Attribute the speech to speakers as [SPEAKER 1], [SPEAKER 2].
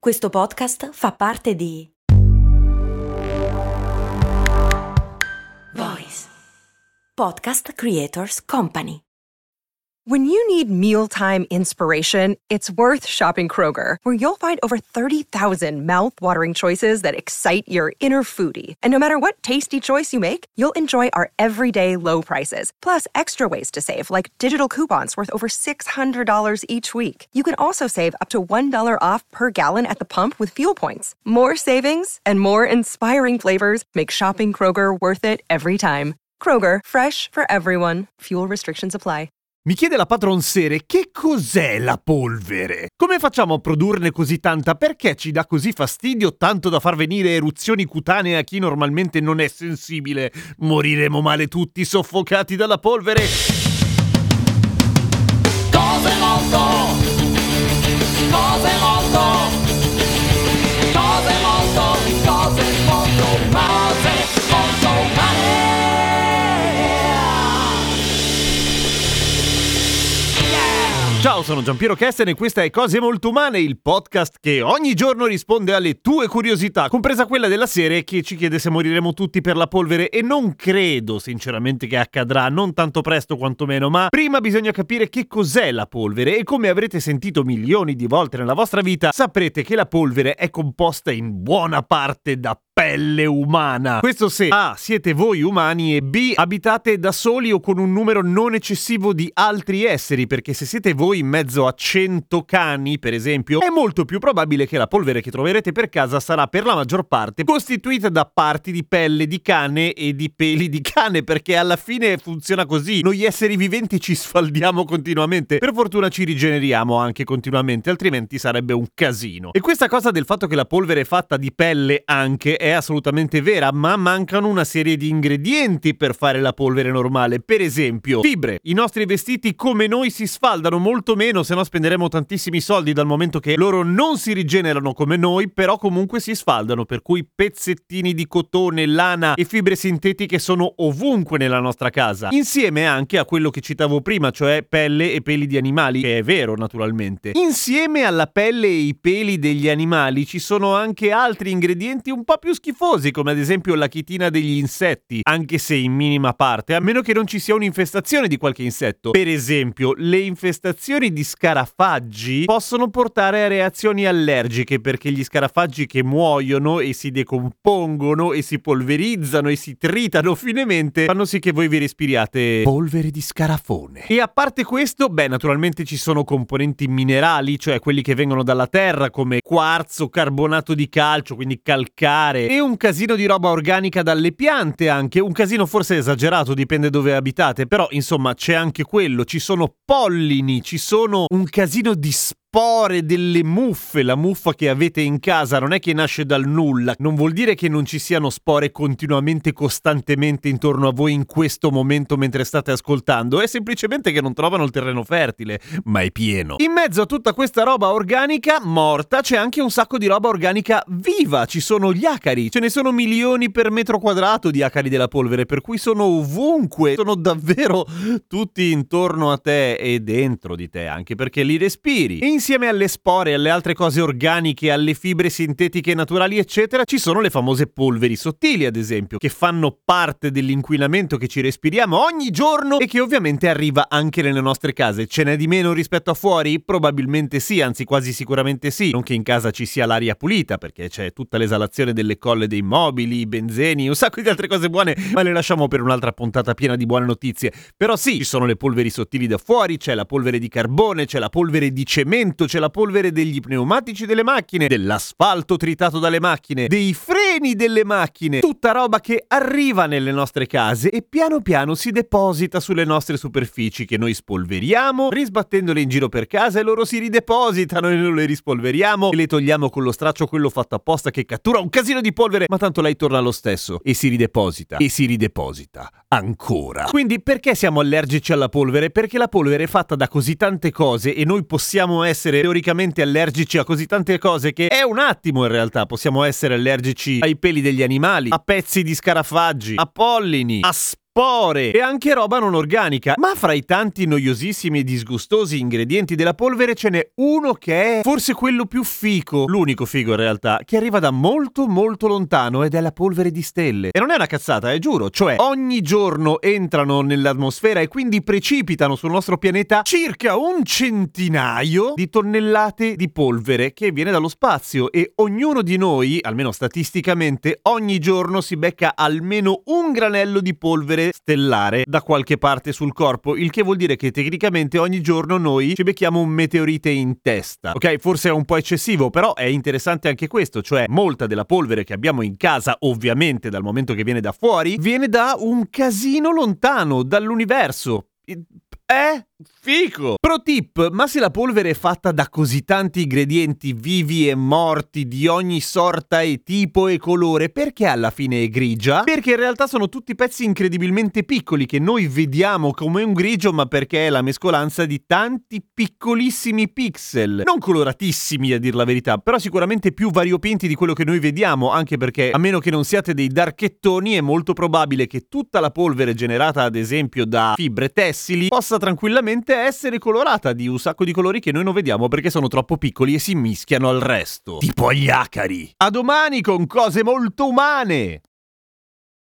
[SPEAKER 1] Questo podcast fa parte di Voice Podcast Creators Company.
[SPEAKER 2] When you need mealtime inspiration, it's worth shopping Kroger, where you'll find over 30,000 mouth-watering choices that excite your inner foodie. And no matter what tasty choice you make, you'll enjoy our everyday low prices, plus extra ways to save, like digital coupons worth over $600 each week. You can also save up to $1 off per gallon at the pump with fuel points. More savings and more inspiring flavors make shopping Kroger worth it every time. Kroger, fresh for everyone. Fuel restrictions apply.
[SPEAKER 3] Mi chiede la patron Sere, che cos'è la polvere? Come facciamo a produrne così tanta? Perché ci dà così fastidio tanto da far venire eruzioni cutanee a chi normalmente non è sensibile? Moriremo male tutti soffocati dalla polvere?
[SPEAKER 4] Cose molto umane.
[SPEAKER 3] Ciao, sono Giampiero Kesten e questa è Cose Molto Umane, il podcast che ogni giorno risponde alle tue curiosità, compresa quella della serie che ci chiede se moriremo tutti per la polvere, e non credo sinceramente che accadrà, non tanto presto quantomeno, ma prima bisogna capire che cos'è la polvere, e come avrete sentito milioni di volte nella vostra vita, saprete che la polvere è composta in buona parte da pelle umana. Questo se A. siete voi umani e B. abitate da soli o con un numero non eccessivo di altri esseri, perché se siete voi in mezzo a 100 cani, per esempio, è molto più probabile che la polvere che troverete per casa sarà per la maggior parte costituita da parti di pelle di cane e di peli di cane, perché alla fine funziona così. Noi esseri viventi ci sfaldiamo continuamente. Per fortuna ci rigeneriamo anche continuamente, altrimenti sarebbe un casino. E questa cosa del fatto che la polvere è fatta di pelle anche è assolutamente vera, ma mancano una serie di ingredienti per fare la polvere normale. Per esempio, fibre. I nostri vestiti come noi si sfaldano molto meno, se no spenderemo tantissimi soldi, dal momento che loro non si rigenerano come noi, però comunque si sfaldano, per cui pezzettini di cotone, lana e fibre sintetiche sono ovunque nella nostra casa, insieme anche a quello che citavo prima, cioè pelle e peli di animali, che è vero naturalmente. Insieme alla pelle e i peli degli animali ci sono anche altri ingredienti un po' più schifosi, come ad esempio la chitina degli insetti, anche se in minima parte, a meno che non ci sia un'infestazione di qualche insetto. Per esempio, le infestazioni di scarafaggi possono portare a reazioni allergiche, perché gli scarafaggi che muoiono e si decompongono e si polverizzano e si tritano finemente fanno sì che voi vi respiriate polvere di scarafone. E a parte questo, naturalmente ci sono componenti minerali, cioè quelli che vengono dalla terra, come quarzo, carbonato di calcio, quindi calcare, e un casino di roba organica dalle piante, anche un casino forse esagerato, dipende dove abitate, però insomma c'è anche quello. Ci sono pollini, ci sono un casino di spore delle muffe. La muffa che avete in casa non è che nasce dal nulla, non vuol dire che non ci siano spore continuamente, costantemente intorno a voi in questo momento mentre state ascoltando, è semplicemente che non trovano il terreno fertile, ma è pieno. In mezzo a tutta questa roba organica morta c'è anche un sacco di roba organica viva. Ci sono gli acari, ce ne sono milioni per metro quadrato di acari della polvere, per cui sono ovunque, sono davvero tutti intorno a te e dentro di te, anche perché li respiri. E insieme alle spore, alle altre cose organiche, alle fibre sintetiche naturali eccetera, ci sono le famose polveri sottili, ad esempio, che fanno parte dell'inquinamento che ci respiriamo ogni giorno e che ovviamente arriva anche nelle nostre case. Ce n'è di meno rispetto a fuori? Probabilmente sì, anzi quasi sicuramente sì. Non che in casa ci sia l'aria pulita, perché c'è tutta l'esalazione delle colle dei mobili, i benzeni, un sacco di altre cose buone, ma le lasciamo per un'altra puntata piena di buone notizie. Però sì, ci sono le polveri sottili da fuori, c'è la polvere di carbone, c'è la polvere di cemento, c'è la polvere degli pneumatici delle macchine, dell'asfalto tritato dalle macchine, dei freni delle macchine, tutta roba che arriva nelle nostre case e piano piano si deposita sulle nostre superfici, che noi spolveriamo, risbattendole in giro per casa, e loro si ridepositano e noi le rispolveriamo e le togliamo con lo straccio quello fatto apposta che cattura un casino di polvere, ma tanto lei torna lo stesso e si rideposita ancora. Quindi perché siamo allergici alla polvere? Perché la polvere è fatta da così tante cose e noi possiamo essere teoricamente allergici a così tante cose che è un attimo in realtà. Possiamo essere allergici ai peli degli animali, a pezzi di scarafaggi, a pollini, a pore e anche roba non organica. Ma fra i tanti noiosissimi e disgustosi ingredienti della polvere ce n'è uno che è forse quello più fico, l'unico figo in realtà, che arriva da molto molto lontano, ed è la polvere di stelle. E non è una cazzata, giuro, cioè ogni giorno entrano nell'atmosfera e quindi precipitano sul nostro pianeta circa 100 di tonnellate di polvere che viene dallo spazio, e ognuno di noi, almeno statisticamente, ogni giorno si becca almeno un granello di polvere stellare da qualche parte sul corpo, il che vuol dire che tecnicamente ogni giorno noi ci becchiamo un meteorite in testa. Ok, forse è un po' eccessivo, però è interessante anche questo, cioè molta della polvere che abbiamo in casa, ovviamente dal momento che viene da fuori, viene da un casino lontano, dall'universo. Fico! Pro tip, ma se la polvere è fatta da così tanti ingredienti vivi e morti di ogni sorta e tipo e colore, perché alla fine è grigia? Perché in realtà sono tutti pezzi incredibilmente piccoli che noi vediamo come un grigio, ma perché è la mescolanza di tanti piccolissimi pixel. Non coloratissimi a dir la verità, però sicuramente più variopinti di quello che noi vediamo, anche perché a meno che non siate dei darchettoni è molto probabile che tutta la polvere generata ad esempio da fibre tessili possa tranquillamente essere colorata di un sacco di colori che noi non vediamo perché sono troppo piccoli e si mischiano al resto. Tipo gli acari. A domani con cose molto umane!